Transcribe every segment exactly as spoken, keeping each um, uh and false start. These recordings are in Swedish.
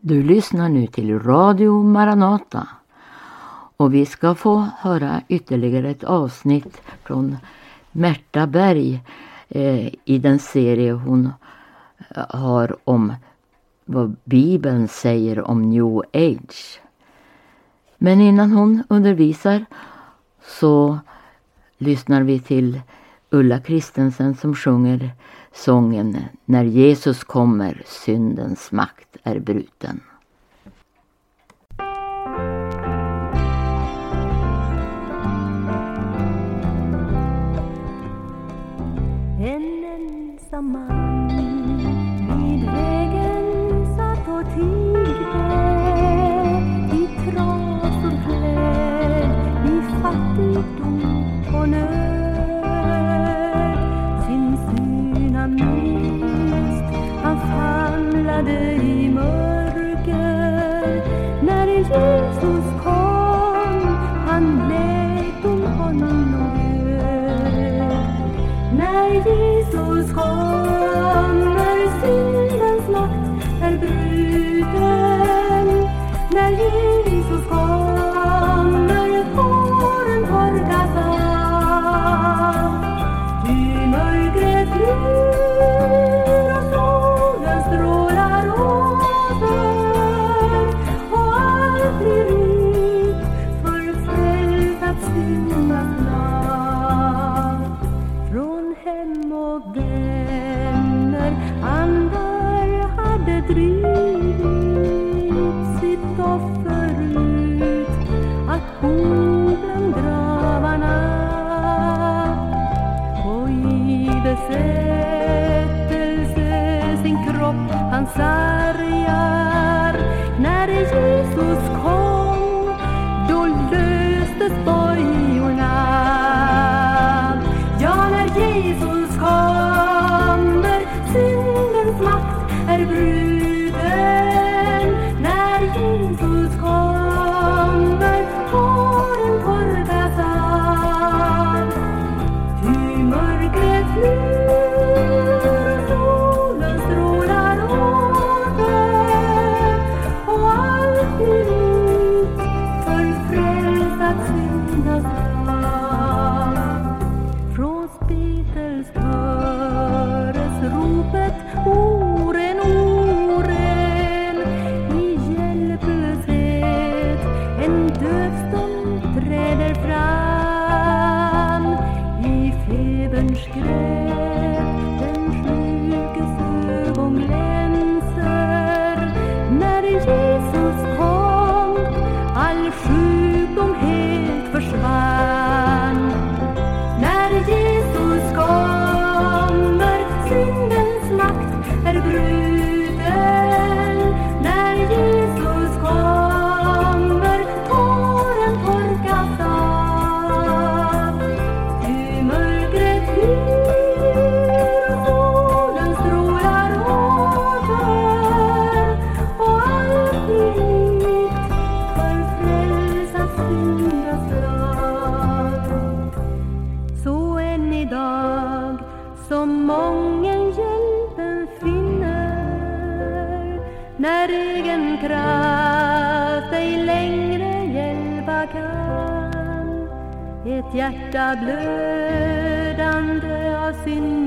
Du lyssnar nu till Radio Maranata och vi ska få höra ytterligare ett avsnitt från Märta Berg eh, i den serie hon har om vad Bibeln säger om New Age. Men innan hon undervisar så lyssnar vi till Ulla Kristensen som sjunger sången När Jesus kommer, syndens makt är bruten. En ensam man vid vägen satt och tiggde, i trasor klädd, i fattigdom och nöd. Sin syn han mist, han famlade i mörker. När Jesus kom, han lät om honom död. När Jesus kommer, syndens makt är bruten. När Jesus kommer, tåren torkas av. Ty mörkret flyr och solen strålar åter, och allt blir nytt för frälsat syndas lag. Från hem och vänner andar hade drivit sitt offer ut, att bo bland gravarna. Och i besättelse sin kropp han sargar. När Jesus kom, då löstes bojorna. Ja, när Jesus kommer, syndens makt är bruten. När Jesus kommer, tåren torkas av. Ty mörkret flyr och solen strålar åter, och allt blir nytt för frälsat syndas lag. Från spetels höres ropet, oren, oren, i hjälplöshet en dödsdom träder fram. I feberns grepp den sjukes ögon glänser. När Jesus kom, all sjukdom helt försvann. När Jesus kommer, syndens makt är bruten. När Jesus kommer, tåren torkas av. Ty mörkret flyr och solen strålar åter, och allt blir nytt för frälsat syndas lag. Så än idag som mången hjälpen finner, när egen kraft ej längre hjälpa kan. Ett hjärta blödande av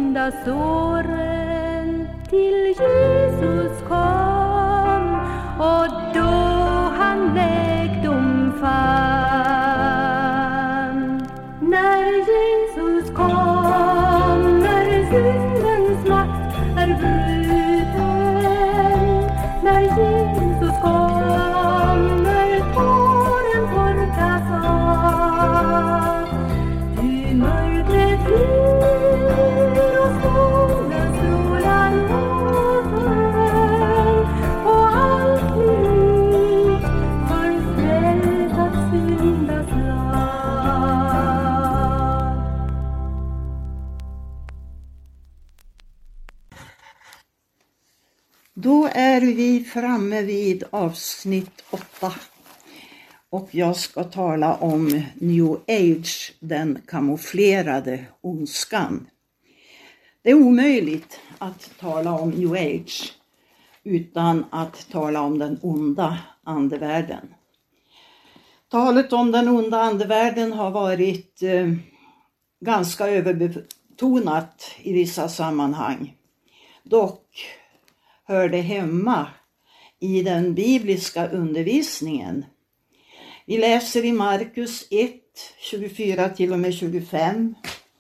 syndasåren till Jesus kom, och då han läkdom fann. När Jesus kommer, syndens makt är bruten. När Jesus kommer, tåren torkas av. Ty mörkret flyr och solen strålar åter, och allt blir nytt för frälsat syndas lag. Då är vi framme vid avsnitt åtta och jag ska tala om New Age, den kamouflerade ondskan. Det är omöjligt att tala om New Age utan att tala om den onda andevärlden. Talet om den onda andevärlden har varit eh, ganska överbetonat i vissa sammanhang. Dock hör det hemma i den bibliska undervisningen. Vi läser i Markus ett, tjugofyra till och med tjugofem.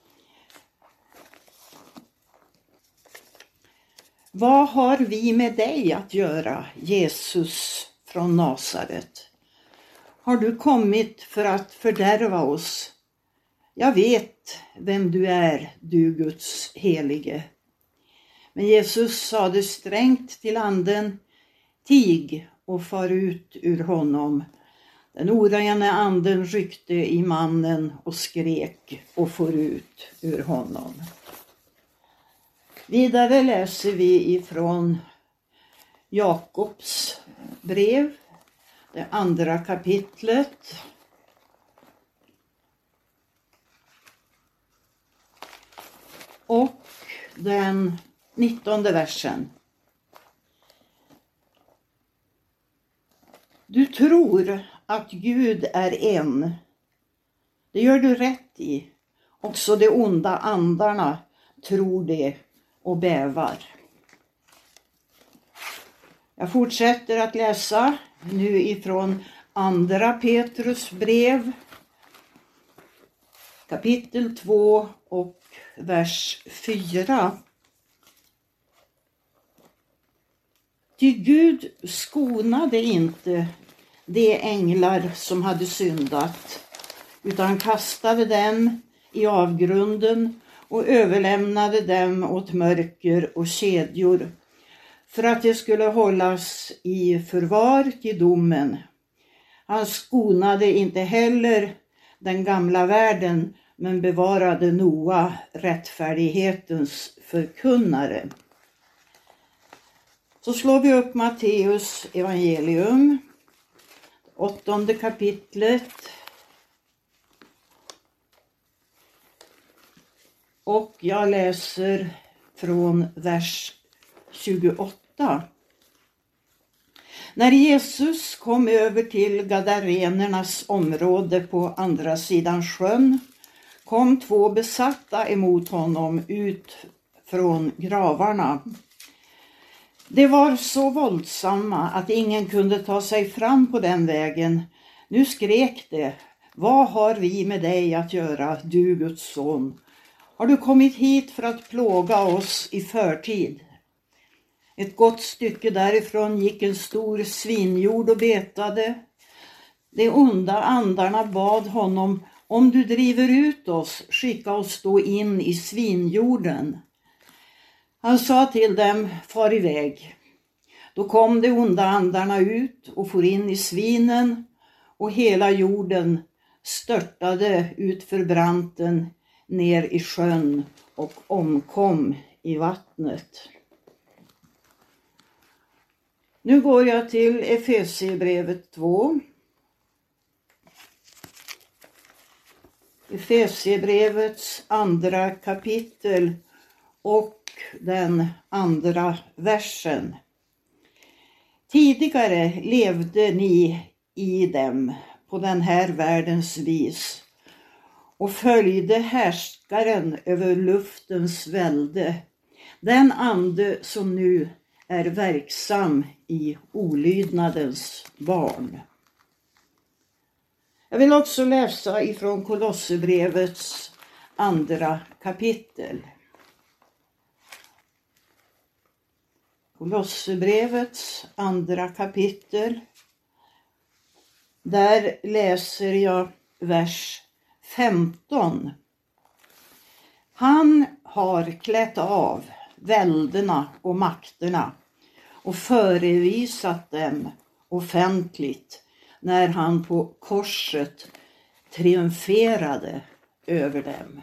Vad har vi med dig att göra, Jesus från Nasaret? Har du kommit för att fördärva oss? Jag vet vem du är, du Guds helige. Men Jesus sade strängt till anden, tig och far ut ur honom. Den orena anden ryckte i mannen och skrek och for ut ur honom. Vidare läser vi ifrån Jakobs brev, det andra kapitlet. Och den nittonde versen. Du tror att Gud är en. Det gör du rätt i. Också de onda andarna tror det och bävar. Jag fortsätter att läsa nu ifrån andra Petrus brev. Kapitel två och vers fyra. Ty Gud skonade inte de änglar som hade syndat, utan kastade dem i avgrunden och överlämnade dem åt mörker och kedjor, för att de skulle hållas i förvar till domen. Han skonade inte heller den gamla världen, men bevarade Noa, rättfärdighetens förkunnare. Så slår vi upp Matteus evangelium, åttonde kapitlet. Och jag läser från vers tjugoåtta. När Jesus kom över till Gadarenernas område på andra sidan sjön, kom två besatta emot honom ut från gravarna. De var så våldsamma att ingen kunde ta sig fram på den vägen. Nu skrek de, vad har vi med dig att göra, du Guds son? Har du kommit hit för att plåga oss i förtid? Ett gott stycke därifrån gick en stor svinjord och betade. De onda andarna bad honom, om du driver ut oss, skicka oss då in i svinjorden. Han sa till dem, far iväg. Då kom de onda andarna ut och for in i svinen, och hela jorden störtade ut för branten ner i sjön och omkom i vattnet. Nu går jag till Efesierbrevet två. Efesierbrevets andra kapitel och den andra versen. Tidigare levde ni i dem på den här världens vis och följde härskaren över luftens välde, den ande som nu är verksam i olydnadens barn. Jag vill också läsa ifrån Kolosserbrevets andra kapitel. Kolosserbrevets andra kapitel. Där läser jag vers femton. Han har klätt av väldena och makterna och förevisat dem offentligt när han på korset triumferade över dem.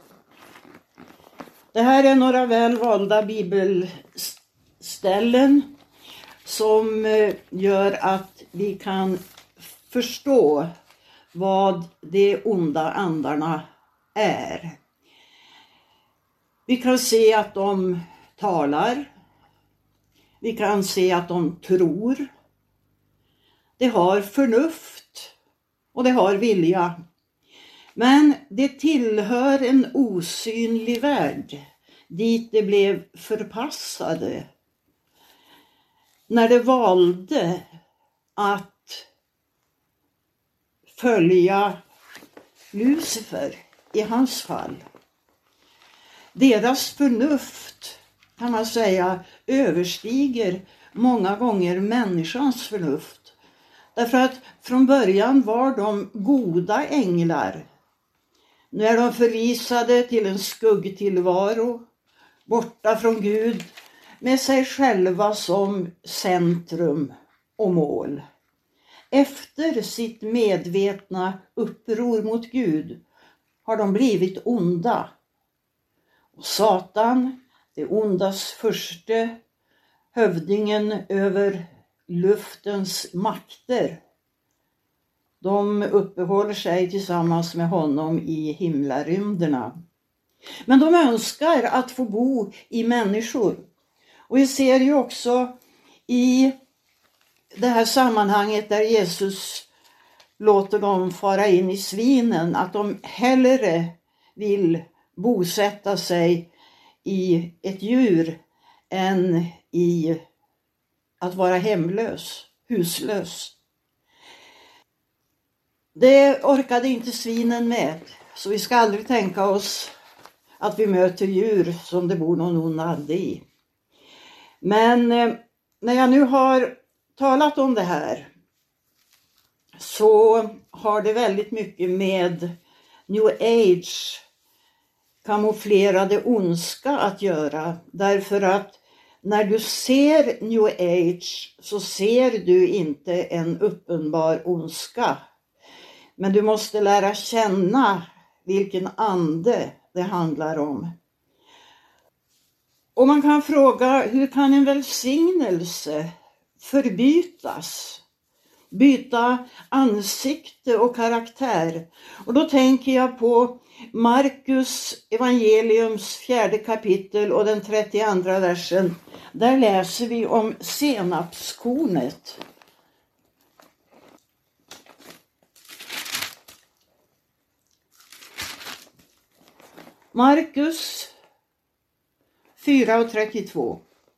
Det här är några väl valda bibelställen som gör att vi kan förstå vad de onda andarna är. Vi kan se att de talar, Vi kan se att de tror. Det har förnuft och det har vilja. Men det tillhör en osynlig värld dit det blev förpassade när det valde att följa Lucifer i hans fall. Deras förnuft, kan man säga, överstiger många gånger människans förnuft. Därför att från början var de goda änglar. Nu är de förvisade till en skuggtillvaro, borta från Gud, med sig själva som centrum och mål. Efter sitt medvetna uppror mot Gud har de blivit onda. Och Satan, det ondas förste, hövdingen över luftens makter, de uppehåller sig tillsammans med honom i himlarymderna. Men de önskar att få bo i människor. Och vi ser ju också i det här sammanhanget där Jesus låter dem fara in i svinen att de hellre vill bosätta sig i ett djur än i att vara hemlös, huslös. Det orkade inte svinen med, så vi ska aldrig tänka oss att vi möter djur som det bor någon ond ande i. Men eh, när jag nu har talat om det här så har det väldigt mycket med New Age, kamouflerade ondska att göra. Därför att när du ser New Age så ser du inte en uppenbar ondska. Men du måste lära känna vilken ande det handlar om. Och man kan fråga, hur kan en välsignelse förbytas? Byta ansikte och karaktär. Och då tänker jag på Markus evangeliums fjärde kapitel och den trettioandra versen. Där läser vi om senapskornet. Markus fyra och trettiotvå.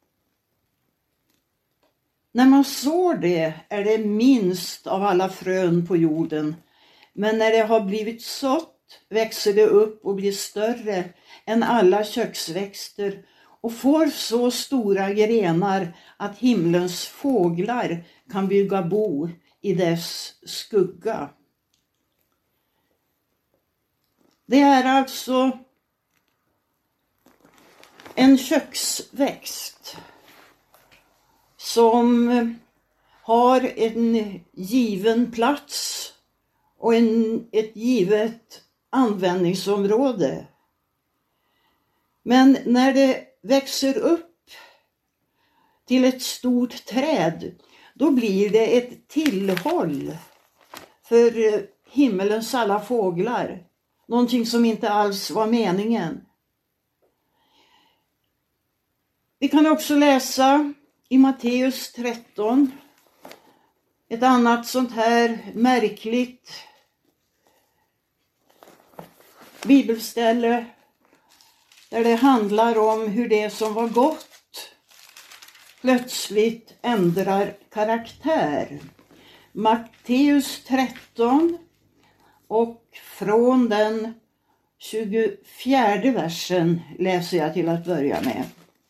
När man sår det är det minst av alla frön på jorden, men när det har blivit sått växer det upp och blir större än alla köksväxter och får så stora grenar att himlens fåglar kan bygga bo i dess skugga. Det är alltså en köksväxt som har en given plats och en, ett givet användningsområde. Men när det växer upp till ett stort träd, då blir det ett tillhåll för himmelens alla fåglar. Någonting som inte alls var meningen. Vi kan också läsa i Matteus tretton, ett annat sånt här märkligt bibelställe där det handlar om hur det som var gott plötsligt ändrar karaktär. Matteus tretton och från den tjugofjärde versen läser jag till att börja med.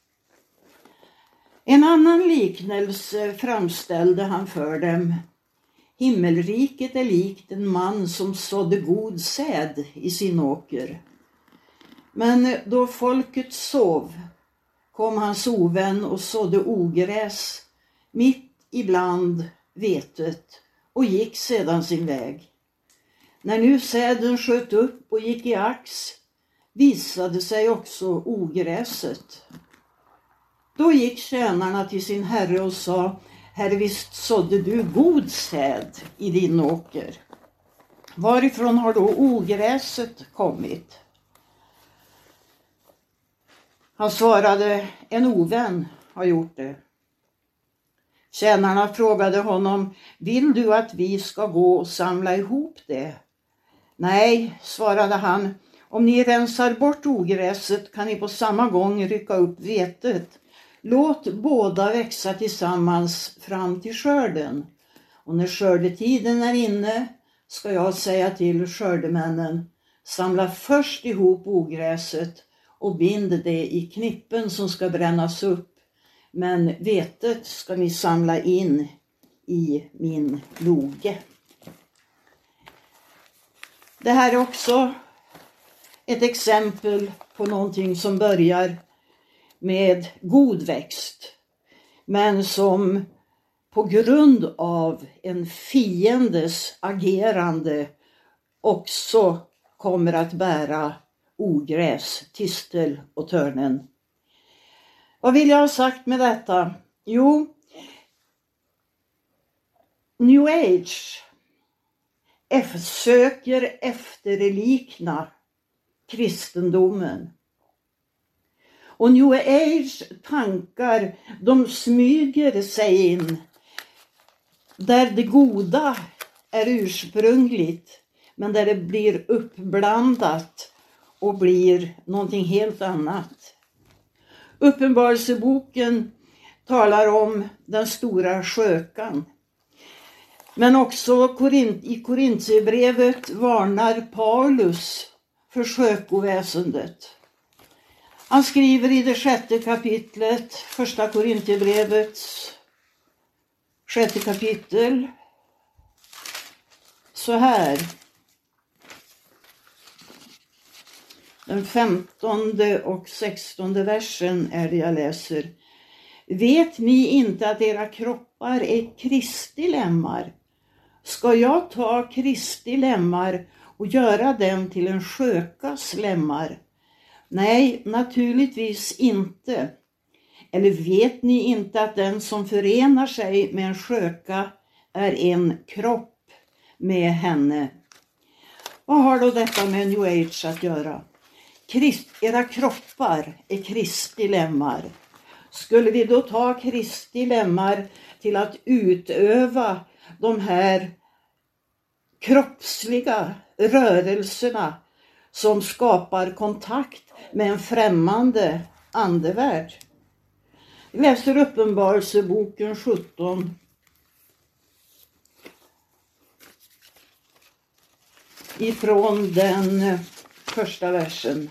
En annan liknelse framställde han för dem. Himmelriket är likt en man som sådde god säd i sin åker. Men då folket sov kom hans ovän och sådde ogräs mitt ibland vetet och gick sedan sin väg. När nu säden sköt upp och gick i ax visade sig också ogräset. Då gick tjänarna till sin herre och sa: Herre, visst sådde du god säd i din åker. Varifrån har då ogräset kommit? Han svarade: en ovän har gjort det. Tjänarna frågade honom, vill du att vi ska gå och samla ihop det? Nej, svarade han, om ni rensar bort ogräset kan ni på samma gång rycka upp vetet. Låt båda växa tillsammans fram till skörden. Och när skördetiden är inne ska jag säga till skördemännen, samla först ihop ogräset och bind det i knippen som ska brännas upp. Men vetet ska ni samla in i min loge. Det här är också ett exempel på någonting som börjar med god växt, men som på grund av en fiendes agerande också kommer att bära ogräs, tistel och törnen. Vad vill jag ha sagt med detta? Jo, New Age söker efterlikna kristendomen. Och New Age tankar, de smyger sig in där det goda är ursprungligt, men där det blir uppblandat och blir någonting helt annat. Uppenbarelseboken talar om den stora skökan. Men också i Korintierbrevet varnar Paulus för skökoväsendet. Han skriver i det sjätte kapitlet, första Korintierbrevets sjätte kapitel, så här. Den femtonde och sextonde versen är det jag läser. Vet ni inte att era kroppar är Kristi lemmar? Ska jag ta Kristi lemmar och göra dem till en skökas lemmar? Nej, naturligtvis inte. Eller vet ni inte att den som förenar sig med en sköka är en kropp med henne? Vad har då detta med New Age att göra? Krist, era kroppar är Kristi lemmar. Skulle vi då ta Kristi lemmar till att utöva de här kroppsliga rörelserna som skapar kontakt med en främmande andevärld? Vi läser Uppenbarelseboken sjutton. Ifrån den första versen.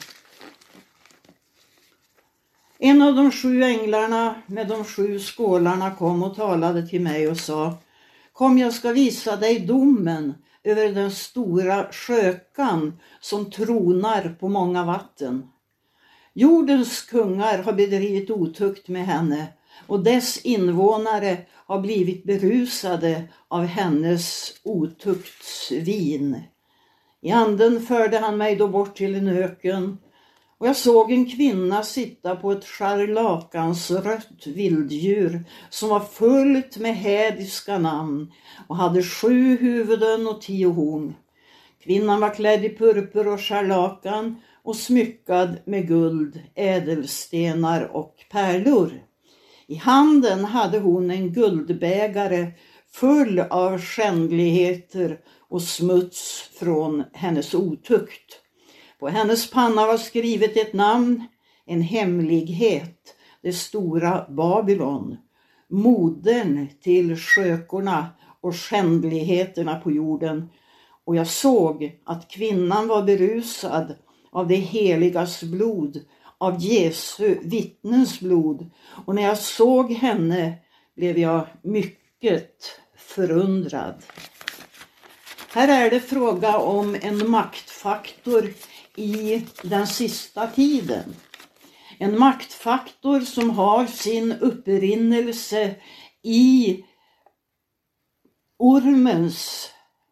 En av de sju änglarna med de sju skålarna kom och talade till mig och sa: Kom, jag ska visa dig domen över den stora skökan som tronar på många vatten. Jordens kungar har bedrivit otukt med henne och dess invånare har blivit berusade av hennes otuktsvin. I anden förde han mig då bort till en öken och jag såg en kvinna sitta på ett scharlakansrött vilddjur som var fullt med hädiska namn och hade sju huvuden och tio horn. Kvinnan var klädd i purpur och scharlakan och smyckad med guld, ädelstenar och pärlor. I handen hade hon en guldbägare full av skändligheter och smuts från hennes otukt. På hennes panna var skrivet ett namn, en hemlighet, det stora Babylon, modern till skökorna och skändligheterna på jorden. Och jag såg att kvinnan var berusad av det heligas blod, av Jesu vittnens blod. Och när jag såg henne blev jag mycket förundrad. Här är det fråga om en maktfaktor i den sista tiden. En maktfaktor som har sin upprinnelse i ormens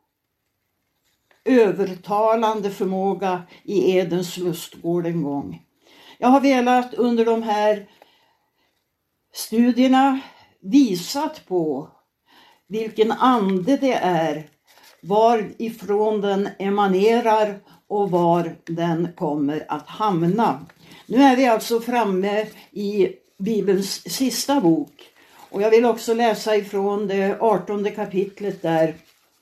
övertalande förmåga i Edens lustgård en gång. Jag har velat under de här studierna visat på vilken ande det är, varifrån den emanerar och var den kommer att hamna. Nu är vi alltså framme i Bibelns sista bok Och jag vill också läsa ifrån det artonde kapitlet där.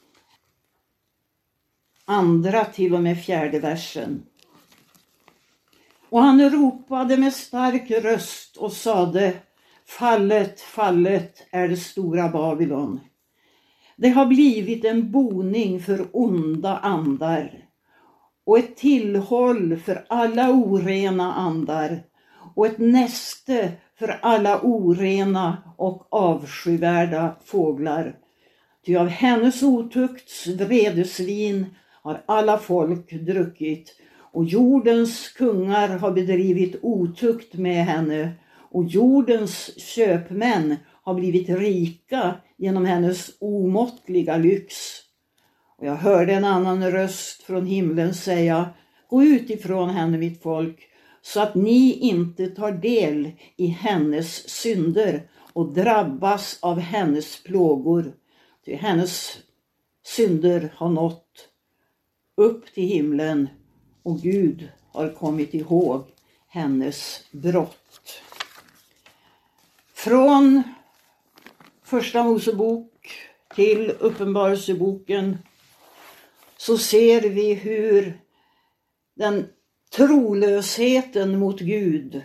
Andra till och med fjärde versen. Och han ropade med stark röst och sade: fallet, fallet är det stora Babylon. Det har blivit en boning för onda andar och ett tillhåll för alla orena andar och ett näste för alla orena och avskyvärda fåglar. Ty av hennes otukts vredesvin har alla folk druckit, och jordens kungar har bedrivit otukt med henne, och jordens köpmän har blivit rika genom hennes omåttliga lyx. Och jag hörde en annan röst från himlen säga: gå ut ifrån henne, mitt folk, så att ni inte tar del i hennes synder och drabbas av hennes plågor. Ty hennes synder har nått upp till himlen, och Gud har kommit ihåg hennes brott. Från första Mosebok till Uppenbarelseboken så ser vi hur den trolösheten mot Gud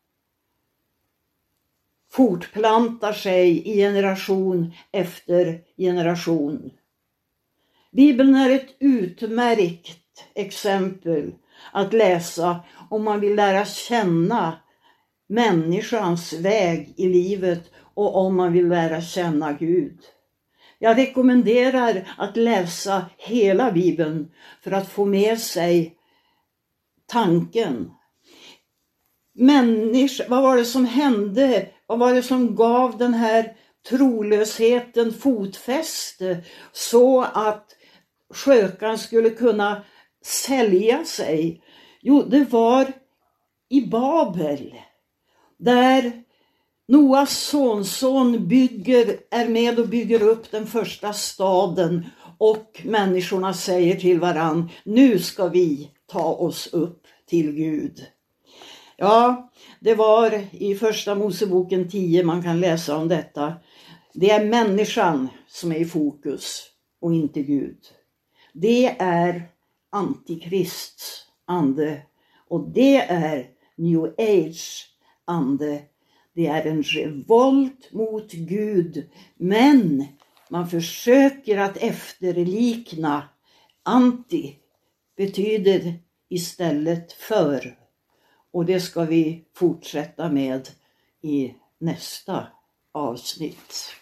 fortplantar sig i generation efter generation. Bibeln är ett utmärkt exempel att läsa om man vill lära känna människans väg i livet och om man vill lära känna Gud. Jag rekommenderar att läsa hela Bibeln för att få med sig tanken. Människa, vad var det som hände? Vad var det som gav den här trolösheten fotfäste så att skökan skulle kunna sälja sig? Jo, det var i Babel, där Noas sonson bygger, är med och bygger upp den första staden, och människorna säger till varann: nu ska vi ta oss upp till Gud. Ja, det var i första Moseboken tio man kan läsa om detta. Det är människan som är i fokus och inte Gud. Det är antikrists ande, och det är New Age ande. Det är en revolt mot Gud, men man försöker att efterlikna. Anti betyder istället för, och det ska vi fortsätta med i nästa avsnitt.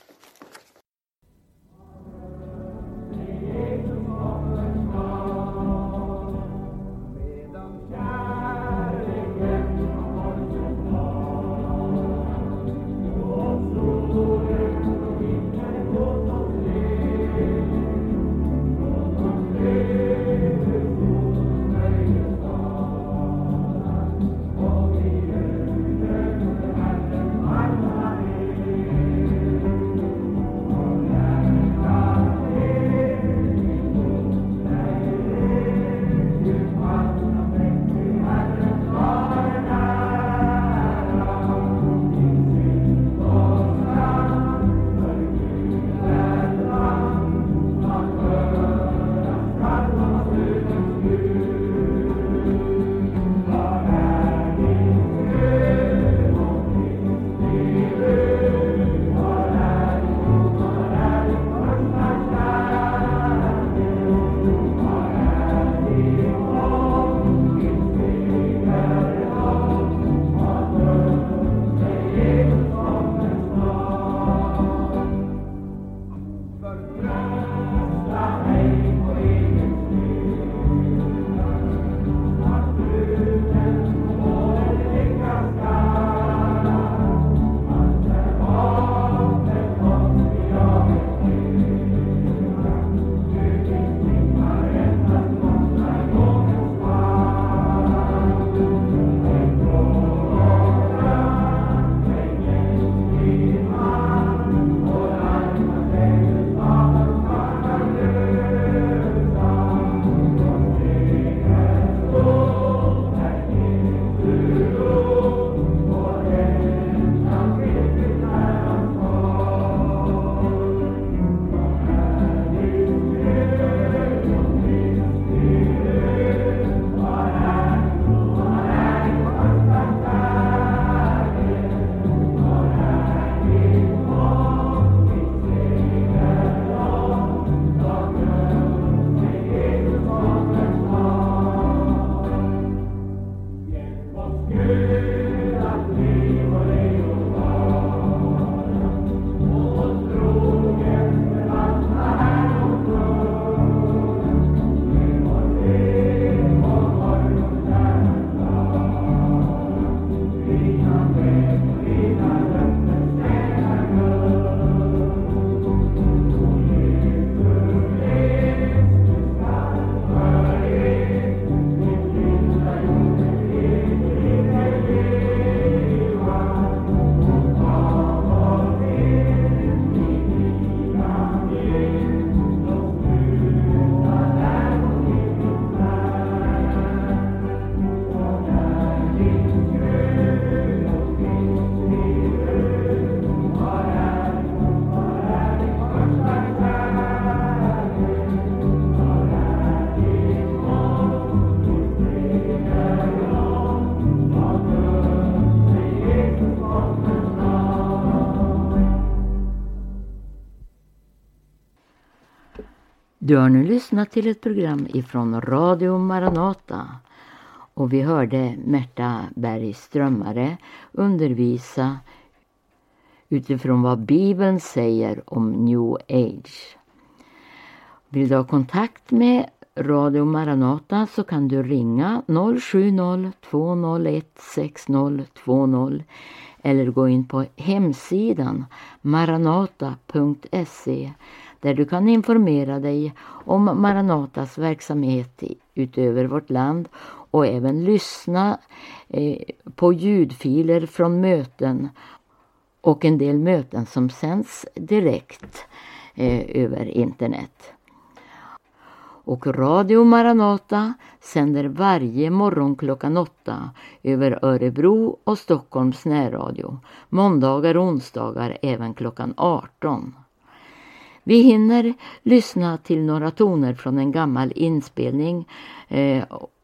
Du har nu lyssnat till ett program ifrån Radio Maranata och vi hörde Märta Berg Strömmare undervisa utifrån vad Bibeln säger om New Age. Vill du ha kontakt med Radio Maranata så kan du ringa noll sju noll två noll ett sex noll två noll eller gå in på hemsidan maranata punkt se där du kan informera dig om Maranatas verksamhet utöver vårt land och även lyssna eh, på ljudfiler från möten och en del möten som sänds direkt eh, över internet. Och Radio Maranata sänder varje morgon klockan åtta över Örebro och Stockholms närradio. Måndagar och onsdagar även klockan arton. Vi hinner lyssna till några toner från en gammal inspelning. Eh,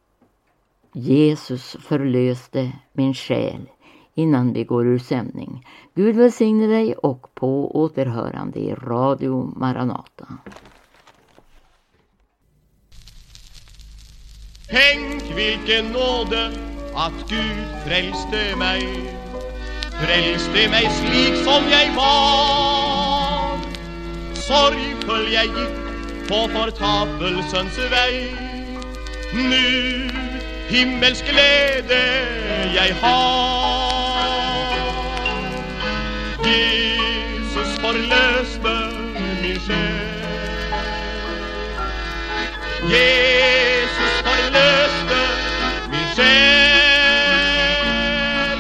Jesus förlöste min själ innan vi går ur sändning. Gud välsigne dig och på återhörande i Radio Maranata. Tänk vilken nåde att Gud frälste mig, frälste mig slik som jag var. Sorgfull jag gick på förtapelsens väg, nu himmelsk glädje jag har. Jesus förlöste min själ, Jesus förlöste min själ.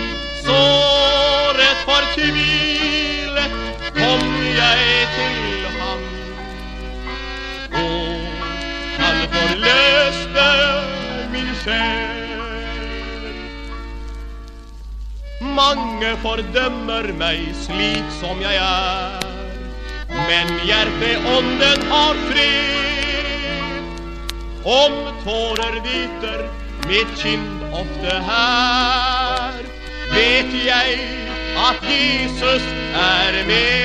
Såret förtvil kom jag till han, och han förlöste min själ. Mange fördömer mig slik som jag är, men hjärteånden har fred. Om tårar viter mitt kind ofta här, vet jag att Jesus är med.